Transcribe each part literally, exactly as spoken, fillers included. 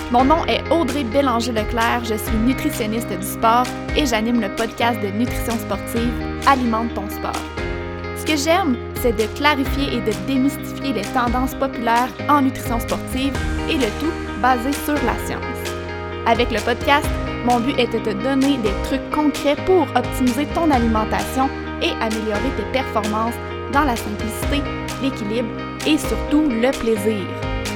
Mon nom est Audrey Bélanger-Leclerc, je suis nutritionniste du sport et j'anime le podcast de nutrition sportive Alimente ton sport. Ce que j'aime, c'est de clarifier et de démystifier les tendances populaires en nutrition sportive et le tout basé sur la science. Avec le podcast, mon but est de te donner des trucs concrets pour optimiser ton alimentation et améliorer tes performances dans la simplicité, l'équilibre et surtout le plaisir.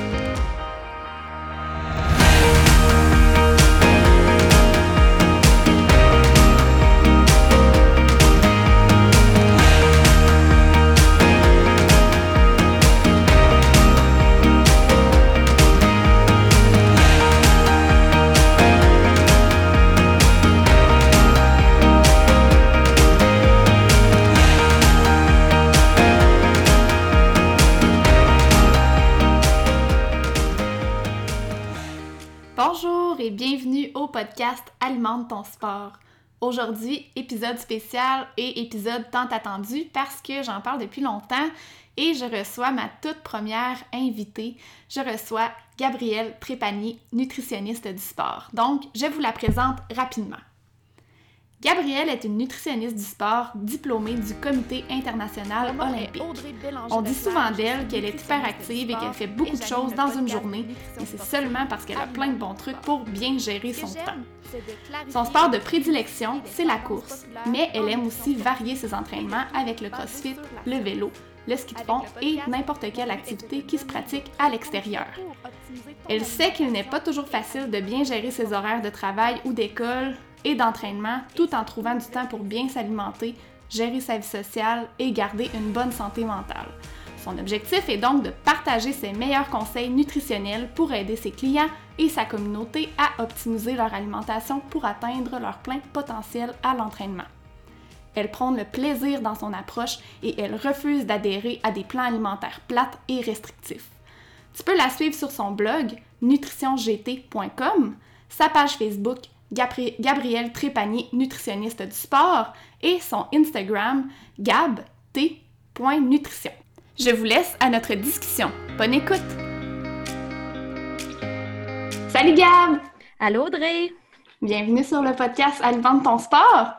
Bonjour et bienvenue au podcast Alimente ton sport. Aujourd'hui, épisode spécial et épisode tant attendu parce que j'en parle depuis longtemps et je reçois ma toute première invitée. Je reçois Gabrielle Trépanier, nutritionniste du sport. Donc, je vous la présente rapidement. Gabrielle est une nutritionniste du sport diplômée du Comité international olympique. On dit souvent d'elle qu'elle est hyperactive et qu'elle fait beaucoup de choses dans une journée, mais c'est seulement parce qu'elle a plein de bons trucs pour bien gérer son temps. Son sport de prédilection, c'est la course, mais elle aime aussi varier ses entraînements avec le crossfit, le vélo, le ski de fond et n'importe quelle activité qui se pratique à l'extérieur. Elle sait qu'il n'est pas toujours facile de bien gérer ses horaires de travail ou d'école et d'entraînement tout en trouvant du temps pour bien s'alimenter, gérer sa vie sociale et garder une bonne santé mentale. Son objectif est donc de partager ses meilleurs conseils nutritionnels pour aider ses clients et sa communauté à optimiser leur alimentation pour atteindre leur plein potentiel à l'entraînement. Elle prône le plaisir dans son approche et elle refuse d'adhérer à des plans alimentaires plates et restrictifs. Tu peux la suivre sur son blog nutrition g t point com, sa page Facebook Gabri- Gabrielle Trépanier, nutritionniste du sport, et son Instagram gab t point nutrition. Je vous laisse à notre discussion. Bonne écoute! Salut Gab! Allô Audrey! Bienvenue sur le podcast Alimente ton sport!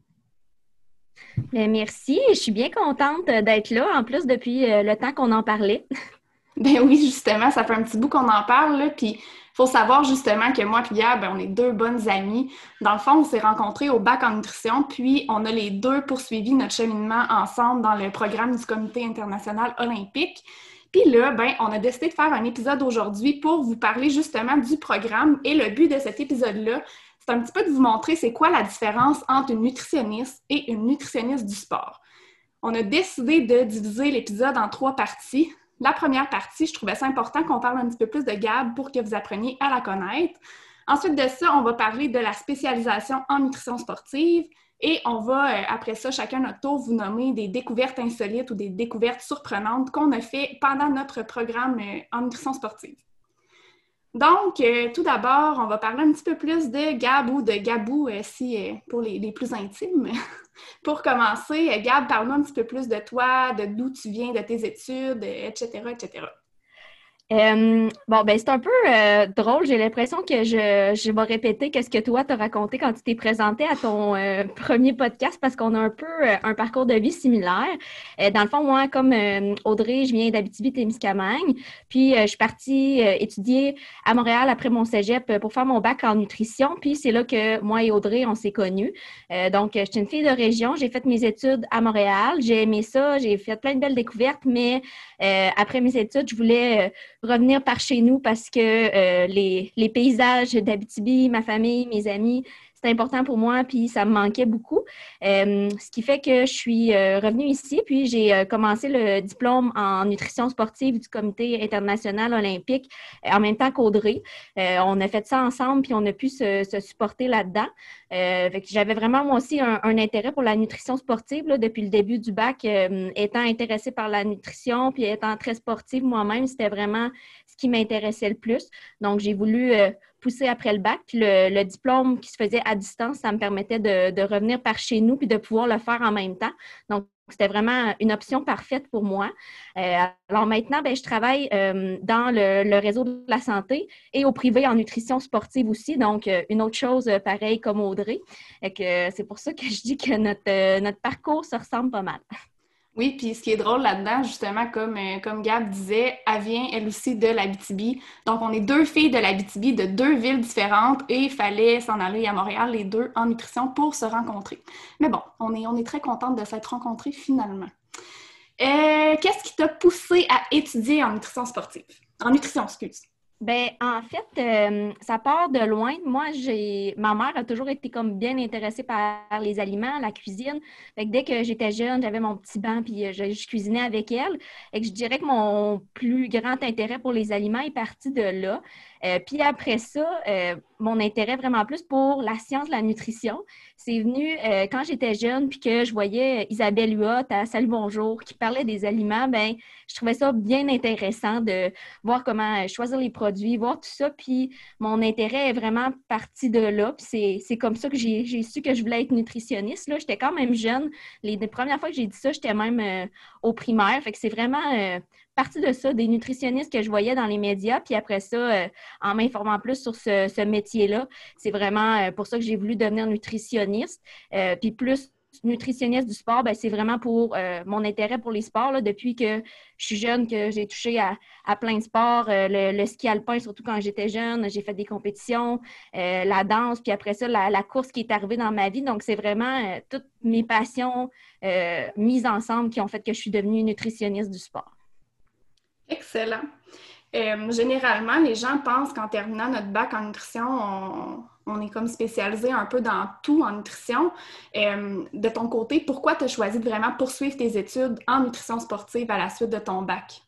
Bien, merci, je suis bien contente d'être là, en plus depuis le temps qu'on en parlait. Ben oui, justement, ça fait un petit bout qu'on en parle, là, puis il faut savoir justement que moi et Gab, ben, on est deux bonnes amies. Dans le fond, on s'est rencontrés au bac en nutrition, puis on a les deux poursuivi notre cheminement ensemble dans le programme du Comité international olympique. Puis là, ben, on a décidé de faire un épisode aujourd'hui pour vous parler justement du programme. Et le but de cet épisode-là, c'est un petit peu de vous montrer c'est quoi la différence entre une nutritionniste et une nutritionniste du sport. On a décidé de diviser l'épisode en trois parties. La première partie, je trouvais ça important qu'on parle un petit peu plus de Gab pour que vous appreniez à la connaître. Ensuite de ça, on va parler de la spécialisation en nutrition sportive et on va, euh, après ça, chacun notre tour, vous nommer des découvertes insolites ou des découvertes surprenantes qu'on a fait pendant notre programme euh, en nutrition sportive. Donc, euh, tout d'abord, on va parler un petit peu plus de Gab ou de Gabou, euh, si, euh, pour les, les plus intimes. Pour commencer, euh, Gab, parle-nous un petit peu plus de toi, de d'où tu viens, de tes études, euh, et cetera, et cetera. Euh, bon, ben c'est un peu euh, drôle. J'ai l'impression que je, je vais répéter qu'est-ce que toi t'as raconté quand tu t'es présenté à ton euh, premier podcast parce qu'on a un peu euh, un parcours de vie similaire. Euh, dans le fond, moi, comme euh, Audrey, je viens d'Abitibi-Témiscamingue. Puis, euh, je suis partie euh, étudier à Montréal après mon cégep pour faire mon bac en nutrition. Puis, c'est là que moi et Audrey, on s'est connus. Euh, donc, je suis une fille de région. J'ai fait mes études à Montréal. J'ai aimé ça. J'ai fait plein de belles découvertes. Mais euh, après mes études, je voulais... Euh, revenir par chez nous parce que euh, les, les paysages d'Abitibi, ma famille, mes amis, c'est important pour moi, puis ça me manquait beaucoup. Euh, ce qui fait que je suis euh, revenue ici, puis j'ai euh, commencé le diplôme en nutrition sportive du Comité international olympique euh, en même temps qu'Audrey. Euh, on a fait ça ensemble, puis on a pu se, se supporter là-dedans. Euh, fait que j'avais vraiment, moi aussi, un, un intérêt pour la nutrition sportive là, depuis le début du bac. Euh, étant intéressée par la nutrition, puis étant très sportive moi-même, c'était vraiment ce qui m'intéressait le plus. Donc, j'ai voulu... Euh, poussé après le bac. Puis le, le diplôme qui se faisait à distance, ça me permettait de, de revenir par chez nous puis de pouvoir le faire en même temps. Donc, c'était vraiment une option parfaite pour moi. Euh, alors maintenant, ben, je travaille euh, dans le, le réseau de la santé et au privé en nutrition sportive aussi. Donc, euh, une autre chose euh, pareille comme Audrey. Et que, euh, c'est pour ça que je dis que notre, euh, notre parcours se ressemble pas mal. Oui, puis ce qui est drôle là-dedans, justement, comme, euh, comme Gab disait, elle vient elle aussi de l'Abitibi. Donc, on est deux filles de l'Abitibi, de deux villes différentes, et il fallait s'en aller à Montréal, les deux, en nutrition, pour se rencontrer. Mais bon, on est, on est très contente de s'être rencontrées finalement. Euh, qu'est-ce qui t'a poussé à étudier en nutrition sportive? En nutrition, excuse. Ben, en fait, euh, ça part de loin. Moi, j'ai, ma mère a toujours été comme bien intéressée par les aliments, la cuisine. Fait que dès que j'étais jeune, j'avais mon petit banc puis euh, je, je cuisinais avec elle. Et que je dirais que mon plus grand intérêt pour les aliments est parti de là. Euh, puis après ça, euh, mon intérêt vraiment plus pour la science de la nutrition, c'est venu euh, quand j'étais jeune puis que je voyais Isabelle Huot à Salut Bonjour qui parlait des aliments. Ben, je trouvais ça bien intéressant de voir comment choisir les produits, voir tout ça. Puis mon intérêt est vraiment parti de là. Puis c'est, c'est comme ça que j'ai, j'ai su que je voulais être nutritionniste. Là, j'étais quand même jeune. Les, les premières fois que j'ai dit ça, j'étais même euh, au primaire. Fait que c'est vraiment euh, parti de ça, des nutritionnistes que je voyais dans les médias. Puis après ça, euh, en m'informant plus sur ce, ce métier-là, c'est vraiment euh, pour ça que j'ai voulu devenir nutritionniste. Euh, puis plus nutritionniste du sport, ben, c'est vraiment pour euh, mon intérêt pour les sports. Là, depuis que je suis jeune, que j'ai touché à, à plein de sports, euh, le, le ski alpin, surtout quand j'étais jeune, j'ai fait des compétitions, euh, la danse, puis après ça, la, la course qui est arrivée dans ma vie. Donc, c'est vraiment euh, toutes mes passions euh, mises ensemble qui ont fait que je suis devenue nutritionniste du sport. Excellent. Euh, généralement, les gens pensent qu'en terminant notre bac en nutrition, on, on est comme spécialisé un peu dans tout en nutrition. Euh, de ton côté, pourquoi tu as choisi de vraiment poursuivre tes études en nutrition sportive à la suite de ton bac?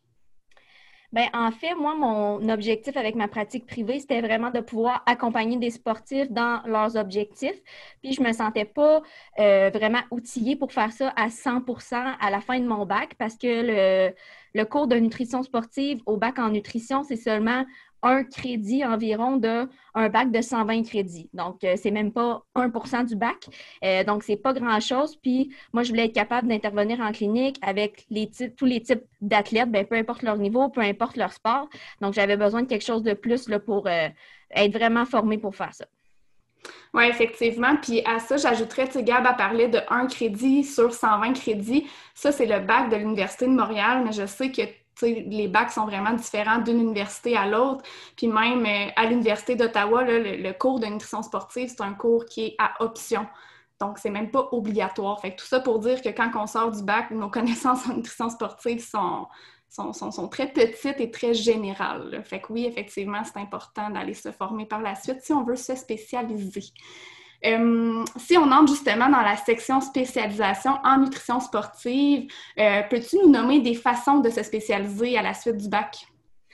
Bien, en fait, moi, mon objectif avec ma pratique privée, c'était vraiment de pouvoir accompagner des sportifs dans leurs objectifs. Puis, je ne me sentais pas euh, vraiment outillée pour faire ça à cent pour cent à la fin de mon bac parce que le, le cours de nutrition sportive au bac en nutrition, c'est seulement un crédit environ d'un bac de cent vingt crédits. Donc, euh, c'est même pas un pour cent du bac. Euh, donc, c'est pas grand-chose. Puis, moi, je voulais être capable d'intervenir en clinique avec les types, tous les types d'athlètes, bien, peu importe leur niveau, peu importe leur sport. Donc, j'avais besoin de quelque chose de plus là, pour euh, être vraiment formée pour faire ça. Oui, effectivement. Puis à ça, j'ajouterais, tu sais, Gab a parlé de un crédit sur cent vingt crédits. Ça, c'est le bac de l'Université de Montréal, mais je sais que t'sais, les bacs sont vraiment différents d'une université à l'autre. Puis même euh, à l'Université d'Ottawa, là, le, le cours de nutrition sportive, c'est un cours qui est à option. Donc, c'est même pas obligatoire. Fait que tout ça pour dire que quand on sort du bac, nos connaissances en nutrition sportive sont, sont, sont, sont très petites et très générales. Là. Fait que oui, effectivement, c'est important d'aller se former par la suite si on veut se spécialiser. Euh, si on entre justement dans la section spécialisation en nutrition sportive, euh, peux-tu nous nommer des façons de se spécialiser à la suite du bac?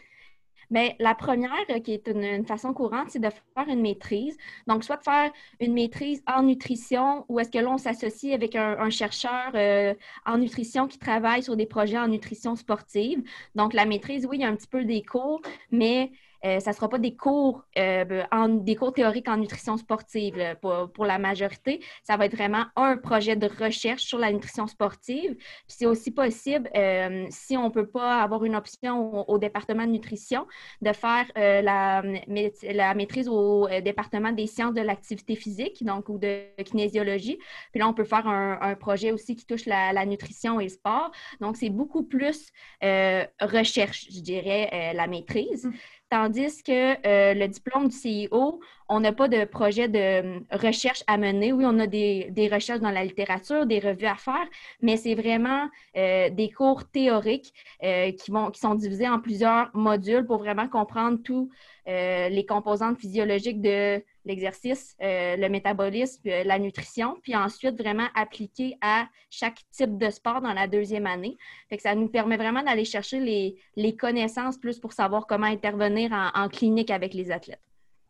Bien, la première, euh, qui est une, une façon courante, c'est de faire une maîtrise. Donc, soit de faire une maîtrise en nutrition, ou est-ce que là, on s'associe avec un, un chercheur euh, en nutrition qui travaille sur des projets en nutrition sportive. Donc, la maîtrise, oui, il y a un petit peu des cours, mais Euh, ça ne sera pas des cours, euh, en, des cours théoriques en nutrition sportive là, pour, pour la majorité. Ça va être vraiment un projet de recherche sur la nutrition sportive. Puis c'est aussi possible, euh, si on ne peut pas avoir une option au, au département de nutrition, de faire euh, la, la maîtrise au département des sciences de l'activité physique, donc ou de kinésiologie. Puis là, on peut faire un, un projet aussi qui touche la, la nutrition et le sport. Donc, c'est beaucoup plus euh, recherche, je dirais, euh, la maîtrise. Mmh. Tandis que euh, le diplôme du C I O, on n'a pas de projet de recherche à mener. Oui, on a des, des recherches dans la littérature, des revues à faire, mais c'est vraiment euh, des cours théoriques euh, qui, vont, qui sont divisés en plusieurs modules pour vraiment comprendre tous euh, les composantes physiologiques de l'exercice, euh, le métabolisme, euh, la nutrition, puis ensuite vraiment appliquer à chaque type de sport dans la deuxième année. Fait que ça nous permet vraiment d'aller chercher les, les connaissances plus pour savoir comment intervenir en, en clinique avec les athlètes.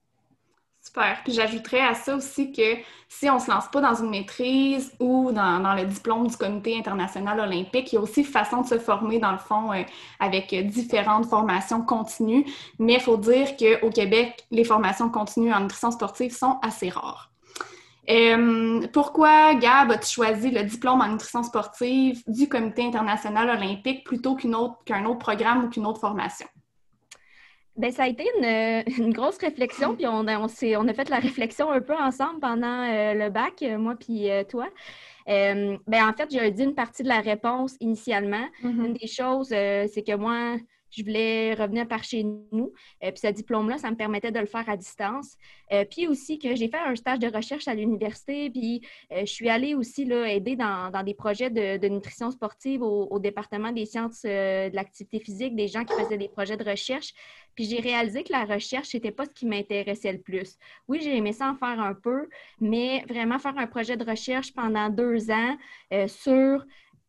Super. Puis j'ajouterais à ça aussi que si on ne se lance pas dans une maîtrise ou dans, dans le diplôme du Comité international olympique, il y a aussi façon de se former, dans le fond, euh, avec différentes formations continues. Mais il faut dire qu'au Québec, les formations continues en nutrition sportive sont assez rares. Euh, pourquoi, Gab, as-tu choisi le diplôme en nutrition sportive du Comité international olympique plutôt qu'une autre, qu'un autre programme ou qu'une autre formation? Ben, ça a été une, une grosse réflexion, puis on a, on, s'est, on a fait la réflexion un peu ensemble pendant euh, le bac, euh, moi puis euh, toi. Euh, ben, en fait, j'ai dit une partie de la réponse initialement. Mm-hmm. Une des choses, euh, c'est que moi, je voulais revenir par chez nous. Euh, puis ce diplôme-là, ça me permettait de le faire à distance. Euh, puis aussi que j'ai fait un stage de recherche à l'université. Puis euh, je suis allée aussi là, aider dans, dans des projets de, de nutrition sportive au, au département des sciences euh, de l'activité physique, des gens qui faisaient des projets de recherche. Puis j'ai réalisé que la recherche, c'était pas ce qui m'intéressait le plus. Oui, j'ai aimé ça en faire un peu, mais vraiment faire un projet de recherche pendant deux ans euh, sur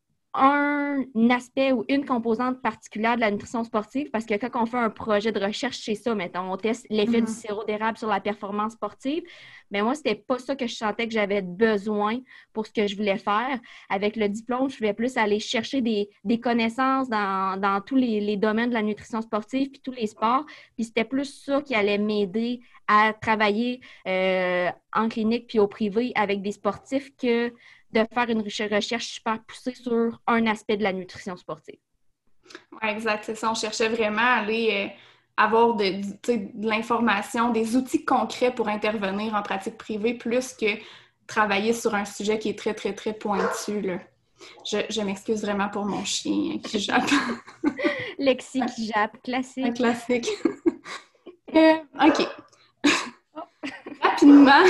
un aspect ou une composante particulière de la nutrition sportive, parce que quand on fait un projet de recherche, c'est ça, mettons, on teste l'effet mm-hmm. du sirop d'érable sur la performance sportive, mais moi, c'était pas ça que je sentais que j'avais besoin pour ce que je voulais faire. Avec le diplôme, je voulais plus aller chercher des, des connaissances dans, dans tous les, les domaines de la nutrition sportive puis tous les sports, puis c'était plus ça qui allait m'aider à travailler euh, en clinique puis au privé avec des sportifs que de faire une recherche super poussée sur un aspect de la nutrition sportive. Oui, exact, c'est ça. On cherchait vraiment à aller euh, avoir de, de, de l'information, des outils concrets pour intervenir en pratique privée, plus que travailler sur un sujet qui est très, très, très pointu, là. Je, je m'excuse vraiment pour mon chien qui jappe. Lexi qui jappe, classique. Un classique. euh, OK. Oh. Rapidement.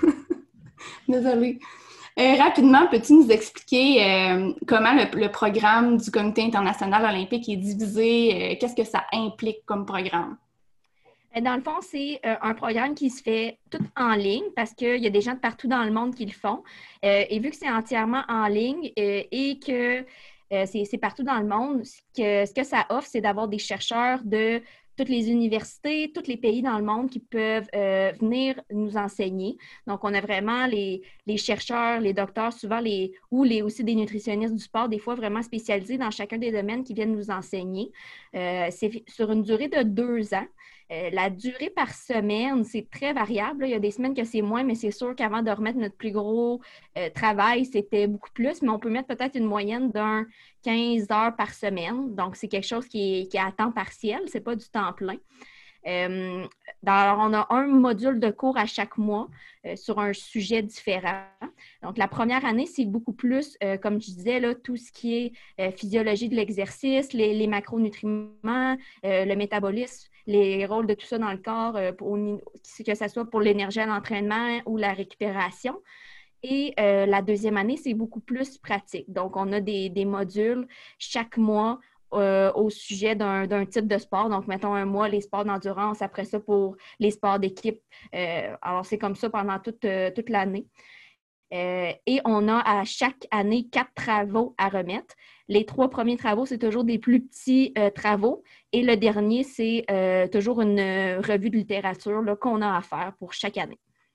Désolée. Euh, rapidement, peux-tu nous expliquer euh, comment le, le programme du Comité international olympique est divisé? Euh, qu'est-ce que ça implique comme programme? Dans le fond, c'est euh, un programme qui se fait tout en ligne parce qu'il y a des gens de partout dans le monde qui le font. Euh, et vu que c'est entièrement en ligne euh, et que euh, c'est, c'est partout dans le monde, ce que, ce que ça offre, c'est d'avoir des chercheurs de toutes les universités, tous les pays dans le monde qui peuvent euh, venir nous enseigner. Donc, on a vraiment les, les chercheurs, les docteurs, souvent les ou les, aussi des nutritionnistes du sport, des fois vraiment spécialisés dans chacun des domaines qui viennent nous enseigner. Euh, c'est sur une durée de deux ans. Euh, la durée par semaine, c'est très variable. Là. Il y a des semaines que c'est moins, mais c'est sûr qu'avant de remettre notre plus gros euh, travail, c'était beaucoup plus. Mais on peut mettre peut-être une moyenne d'un quinze heures par semaine. Donc, c'est quelque chose qui est, qui est à temps partiel. Ce n'est pas du temps plein. Euh, dans, alors, on a un module de cours à chaque mois euh, sur un sujet différent. Donc, la première année, c'est beaucoup plus, euh, comme je disais, là, tout ce qui est euh, physiologie de l'exercice, les, les macronutriments, euh, le métabolisme, les rôles de tout ça dans le corps, euh, pour, que ce soit pour l'énergie à l'entraînement ou la récupération. Et euh, la deuxième année, c'est beaucoup plus pratique. Donc, on a des, des modules chaque mois euh, au sujet d'un, d'un type de sport. Donc, mettons un mois, les sports d'endurance, après ça, pour les sports d'équipe. Euh, alors, c'est comme ça pendant toute, euh, toute l'année. Euh, et on a à chaque année quatre travaux à remettre. Les trois premiers travaux, c'est toujours des plus petits euh, travaux. Et le dernier, c'est euh, toujours une euh, revue de littérature là, qu'on a à faire pour chaque année.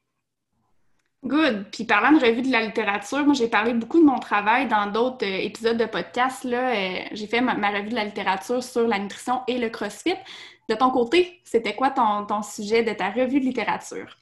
Good. Puis parlant de revue de la littérature, moi, j'ai parlé beaucoup de mon travail dans d'autres euh, épisodes de podcast. Là, euh, j'ai fait ma, ma revue de la littérature sur la nutrition et le CrossFit. De ton côté, c'était quoi ton, ton sujet de ta revue de littérature?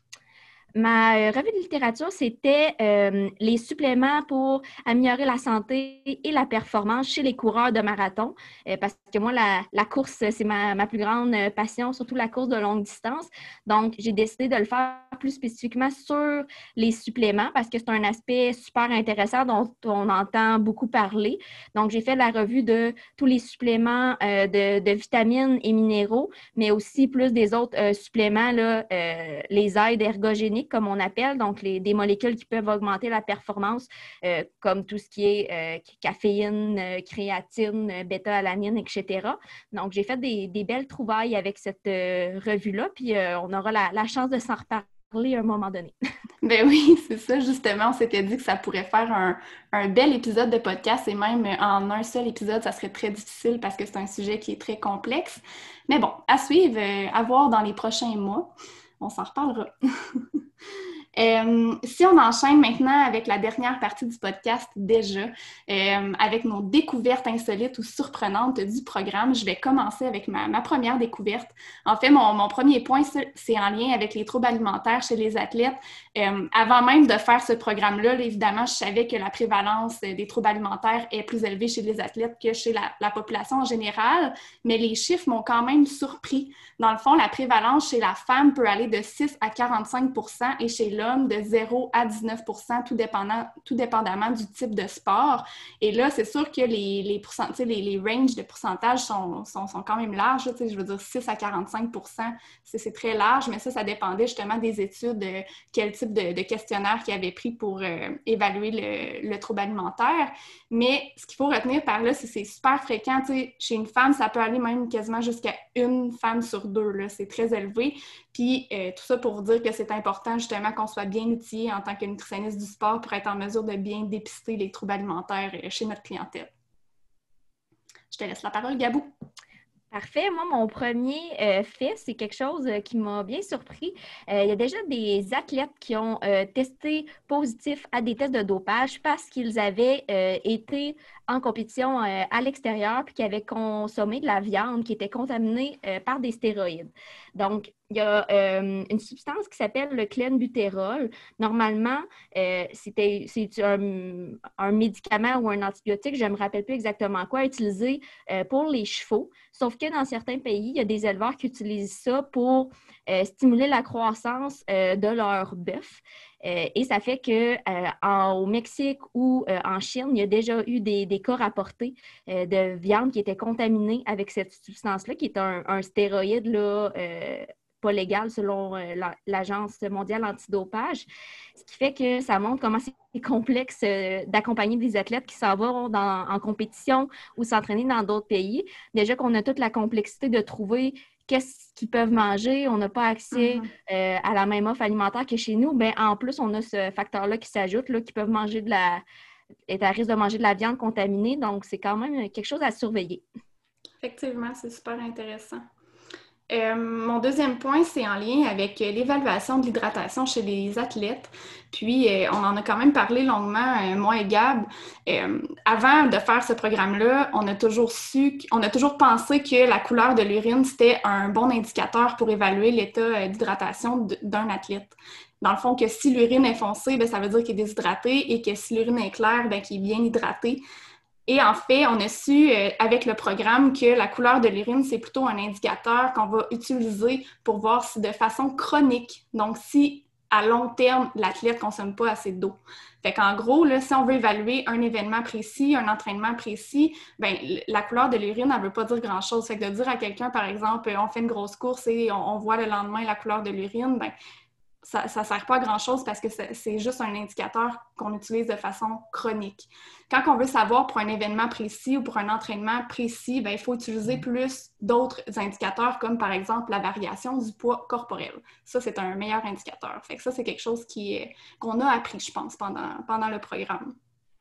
Ma euh, revue de littérature, c'était euh, les suppléments pour améliorer la santé et la performance chez les coureurs de marathon. Euh, parce que moi, la, la course, c'est ma, ma plus grande passion, surtout la course de longue distance. Donc, j'ai décidé de le faire plus spécifiquement sur les suppléments parce que c'est un aspect super intéressant dont on entend beaucoup parler. Donc, j'ai fait la revue de tous les suppléments euh, de, de vitamines et minéraux, mais aussi plus des autres euh, suppléments, là, euh, les aides ergogéniques, comme on appelle, donc les, des molécules qui peuvent augmenter la performance, euh, comme tout ce qui est euh, caféine, euh, créatine, euh, bêta-alanine, et cetera. Donc, j'ai fait des, des belles trouvailles avec cette euh, revue-là, puis euh, on aura la, la chance de s'en reparler à un moment donné. Ben oui, c'est ça, justement, on s'était dit que ça pourrait faire un, un bel épisode de podcast et même en un seul épisode, ça serait très difficile parce que c'est un sujet qui est très complexe. Mais bon, à suivre, euh, à voir dans les prochains mois. On s'en reparlera. Euh, si on enchaîne maintenant avec la dernière partie du podcast déjà, euh, avec nos découvertes insolites ou surprenantes du programme, je vais commencer avec ma, ma première découverte. En fait, mon, mon premier point, c'est en lien avec les troubles alimentaires chez les athlètes. Euh, avant même de faire ce programme-là, là, évidemment, je savais que la prévalence des troubles alimentaires est plus élevée chez les athlètes que chez la, la population en général, mais les chiffres m'ont quand même surpris. Dans le fond, la prévalence chez la femme peut aller de six à quarante-cinq pour cent et chez l'homme de zéro à dix-neuf pour cent, tout, dépendant, tout dépendamment du type de sport. Et là, c'est sûr que les, les, les, les ranges de pourcentage sont, sont, sont quand même larges. Là, je veux dire, six à quarante-cinq pour cent, c'est, c'est très large, mais ça, ça dépendait justement des études, de quel type de, de questionnaire qu'ils avaient pris pour euh, évaluer le, le trouble alimentaire. Mais ce qu'il faut retenir par là, c'est que c'est super fréquent. Chez une femme, ça peut aller même quasiment jusqu'à une femme sur deux. Là, c'est très élevé. Puis euh, tout ça pour vous dire que c'est important justement qu'on soit bien outillé en tant que nutritionniste du sport pour être en mesure de bien dépister les troubles alimentaires euh, chez notre clientèle. Je te laisse la parole, Gabou. Parfait. Moi, mon premier euh, fait, c'est quelque chose euh, qui m'a bien surpris. Euh, il y a déjà des athlètes qui ont euh, testé positif à des tests de dopage parce qu'ils avaient euh, été en compétition euh, à l'extérieur puis qui avaient consommé de la viande qui était contaminée euh, par des stéroïdes. Donc, il y a euh, une substance qui s'appelle le clenbutérol. Normalement, euh, c'était, c'est un, un médicament ou un antibiotique, je ne me rappelle plus exactement quoi, utilisé euh, pour les chevaux. Sauf que dans certains pays, il y a des éleveurs qui utilisent ça pour euh, stimuler la croissance euh, de leur bœuf. Euh, et ça fait qu'au Mexique ou euh, en Chine, il y a déjà eu des, des cas rapportés euh, de viande qui était contaminée avec cette substance-là, qui est un, un stéroïde là, euh, pas légal selon euh, l'Agence mondiale antidopage. Ce qui fait que ça montre comment c'est complexe euh, d'accompagner des athlètes qui s'en vont dans, en compétition ou s'entraîner dans d'autres pays. Déjà qu'on a toute la complexité de trouver qu'est-ce qu'ils peuvent manger, on n'a pas accès mm-hmm. euh, à la même offre alimentaire que chez nous, bien, en plus, on a ce facteur-là qui s'ajoute, là, qui peuvent manger de la... est à risque de manger de la viande contaminée, donc c'est quand même quelque chose à surveiller. Effectivement, c'est super intéressant. Euh, mon deuxième point, c'est en lien avec l'évaluation de l'hydratation chez les athlètes. Puis, euh, on en a quand même parlé longuement, euh, moi et Gab. Euh, avant de faire ce programme-là, on a toujours su, on a toujours pensé que la couleur de l'urine, c'était un bon indicateur pour évaluer l'état d'hydratation d'un athlète. Dans le fond, que si l'urine est foncée, bien, ça veut dire qu'il est déshydraté et que si l'urine est claire, bien, qu'il est bien hydraté. Et en fait, on a su euh, avec le programme que la couleur de l'urine, c'est plutôt un indicateur qu'on va utiliser pour voir si de façon chronique, donc si à long terme, l'athlète ne consomme pas assez d'eau. Fait qu'en gros, là, si on veut évaluer un événement précis, un entraînement précis, ben la couleur de l'urine, elle ne veut pas dire grand-chose. Fait que de dire à quelqu'un, par exemple, on fait une grosse course et on, on voit le lendemain la couleur de l'urine, ben ça ne sert pas à grand-chose parce que c'est juste un indicateur qu'on utilise de façon chronique. Quand on veut savoir pour un événement précis ou pour un entraînement précis, bien, il faut utiliser plus d'autres indicateurs comme par exemple la variation du poids corporel. Ça, c'est un meilleur indicateur. Fait que ça, c'est quelque chose qui est, qu'on a appris, je pense, pendant, pendant le programme.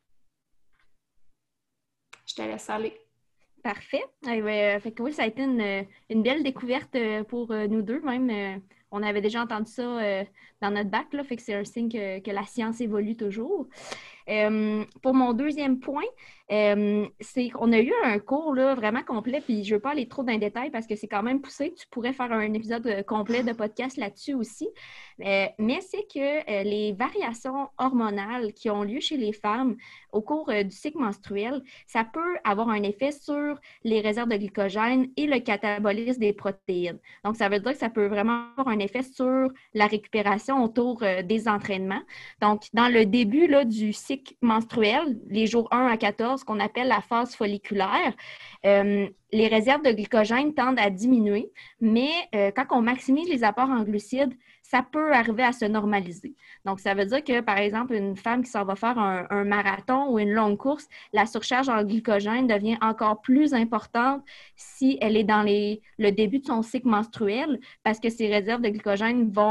Je te laisse aller. Parfait. Eh bien, fait que oui, ça a été une, une belle découverte pour nous deux, même. On avait déjà entendu ça euh, dans notre bac, là, fait que c'est un signe que, que la science évolue toujours. Euh, pour mon deuxième point, euh, c'est qu'on a eu un cours là, vraiment complet, puis je ne veux pas aller trop dans les détails parce que c'est quand même poussé. Tu pourrais faire un épisode complet de podcast là-dessus aussi. Euh, mais c'est que euh, les variations hormonales qui ont lieu chez les femmes au cours euh, du cycle menstruel, ça peut avoir un effet sur les réserves de glycogène et le catabolisme des protéines. Donc, ça veut dire que ça peut vraiment avoir un effet sur la récupération autour euh, des entraînements. Donc, dans le début là, du cycle menstruel, les jours un à quatorze, qu'on appelle la phase folliculaire, euh, les réserves de glycogène tendent à diminuer, mais euh, quand on maximise les apports en glucides, ça peut arriver à se normaliser. Donc, ça veut dire que, par exemple, une femme qui s'en va faire un, un marathon ou une longue course, la surcharge en glycogène devient encore plus importante si elle est dans les, le début de son cycle menstruel parce que ses réserves de glycogène vont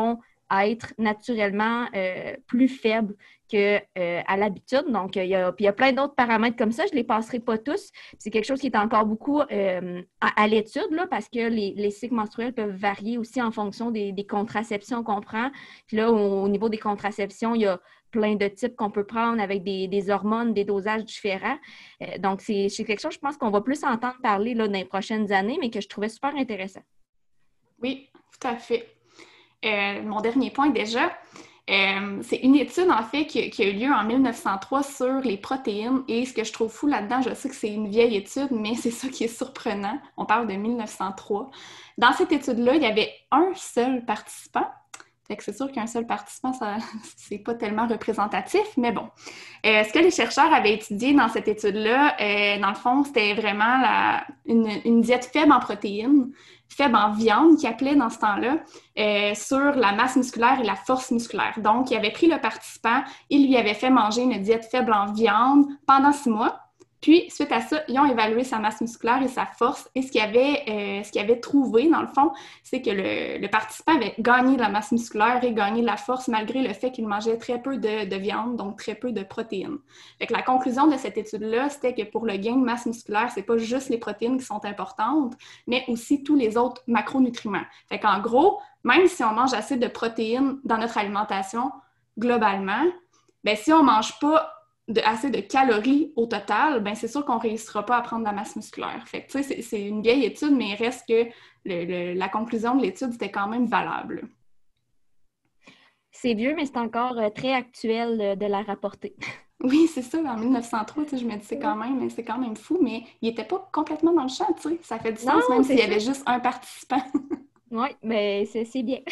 être naturellement euh, plus faible qu'à euh, l'habitude. Donc, il y a, puis il y a plein d'autres paramètres comme ça. Je ne les passerai pas tous. C'est quelque chose qui est encore beaucoup euh, à, à l'étude, là, parce que les, les cycles menstruels peuvent varier aussi en fonction des, des contraceptions qu'on prend. Puis là, au, au niveau des contraceptions, il y a plein de types qu'on peut prendre avec des, des hormones, des dosages différents. Euh, donc, c'est, c'est quelque chose, je pense, qu'on va plus entendre parler là, dans les prochaines années, mais que je trouvais super intéressant. Oui, tout à fait. Euh, mon dernier point déjà, euh, c'est une étude en fait qui, qui a eu lieu en mille neuf cent trois sur les protéines et ce que je trouve fou là-dedans, je sais que c'est une vieille étude, mais c'est ça qui est surprenant. On parle de mille neuf cent trois. Dans cette étude-là, il y avait un seul participant. Fait que c'est sûr qu'un seul participant, ça, c'est pas tellement représentatif, mais bon. Euh, ce que les chercheurs avaient étudié dans cette étude-là, euh, dans le fond, c'était vraiment la, une, une diète faible en protéines, faible en viande, qu'ils appelaient dans ce temps-là, euh, sur la masse musculaire et la force musculaire. Donc, ils avaient pris le participant, ils lui avaient fait manger une diète faible en viande pendant six mois. Puis, suite à ça, ils ont évalué sa masse musculaire et sa force. Et ce qu'ils avaient, euh, ce qu'ils avaient trouvé, dans le fond, c'est que le, le participant avait gagné de la masse musculaire et gagné de la force malgré le fait qu'il mangeait très peu de, de viande, donc très peu de protéines. Fait que la conclusion de cette étude-là, c'était que pour le gain de masse musculaire, c'est pas juste les protéines qui sont importantes, mais aussi tous les autres macronutriments. Fait qu'en gros, même si on mange assez de protéines dans notre alimentation, globalement, bien, si on mange pas de, assez de calories au total, ben c'est sûr qu'on ne réussira pas à prendre de la masse musculaire. Fait que, tu sais, c'est, c'est une vieille étude, mais il reste que le, le, la conclusion de l'étude était quand même valable. C'est vieux, mais c'est encore euh, très actuel euh, de la rapporter. Oui, c'est ça, en mille neuf cent trois, tu sais, je me dis c'est quand même, c'est quand même fou, mais il n'était pas complètement dans le champ, tu sais. Ça fait du sens, Non, même s'il y ça. avait juste un participant. Oui, mais c'est, c'est bien.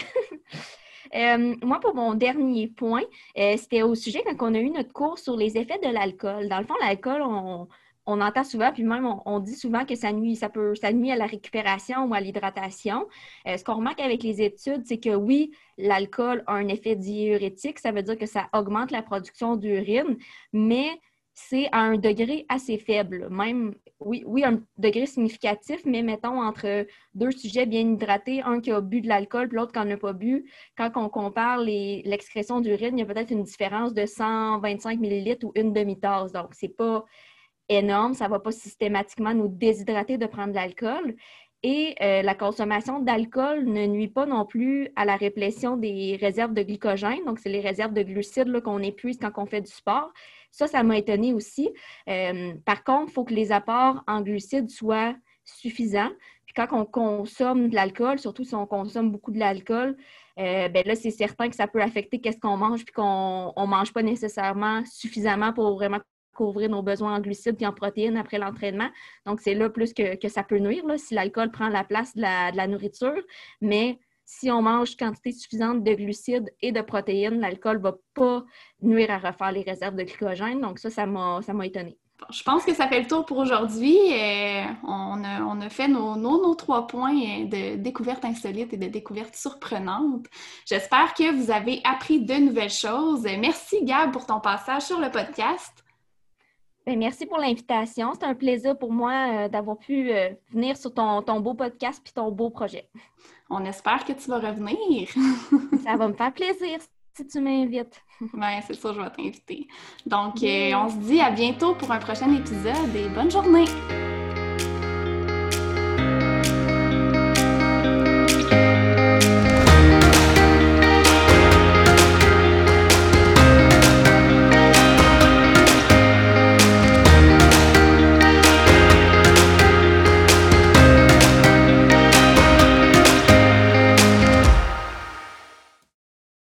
Euh, moi, pour mon dernier point, euh, c'était au sujet quand on a eu notre cours sur les effets de l'alcool. Dans le fond, l'alcool, on, on entend souvent, puis même on, on dit souvent que ça nuit, ça peut, ça nuit à la récupération ou à l'hydratation. Euh, ce qu'on remarque avec les études, c'est que oui, l'alcool a un effet diurétique, ça veut dire que ça augmente la production d'urine, mais c'est à un degré assez faible. Même, oui, oui, un degré significatif, mais mettons entre deux sujets bien hydratés, un qui a bu de l'alcool puis l'autre qui n'en a pas bu. Quand on compare les, l'excrétion d'urine, il y a peut-être une différence de cent vingt-cinq millilitres ou une demi-tasse. Donc, c'est pas énorme. Ça ne va pas systématiquement nous déshydrater de prendre de l'alcool. Et euh, la consommation d'alcool ne nuit pas non plus à la réplétion des réserves de glycogène. Donc, c'est les réserves de glucides là, qu'on épuise quand on fait du sport. Ça, ça m'a étonnée aussi. Euh, par contre, il faut que les apports en glucides soient suffisants. Puis quand on consomme de l'alcool, surtout si on consomme beaucoup de l'alcool, euh, ben là, c'est certain que ça peut affecter qu'est-ce qu'on mange puis qu'on ne mange pas nécessairement suffisamment pour vraiment couvrir nos besoins en glucides et en protéines après l'entraînement. Donc, c'est là plus que, que ça peut nuire, là, si l'alcool prend la place de la, de la nourriture. Mais si on mange quantité suffisante de glucides et de protéines, l'alcool ne va pas nuire à refaire les réserves de glycogène. Donc, ça, ça m'a, ça m'a étonnée. Bon, je pense que ça fait le tour pour aujourd'hui. Euh, on, a, on a fait nos, nos, nos trois points de découvertes insolites et de découvertes surprenantes. J'espère que vous avez appris de nouvelles choses. Merci, Gab, pour ton passage sur le podcast. Bien, merci pour l'invitation. C'est un plaisir pour moi euh, d'avoir pu euh, venir sur ton, ton beau podcast puis ton beau projet. On espère que tu vas revenir. Ça va me faire plaisir si tu m'invites. Bien, c'est sûr, je vais t'inviter. Donc, euh, on se dit à bientôt pour un prochain épisode et bonne journée!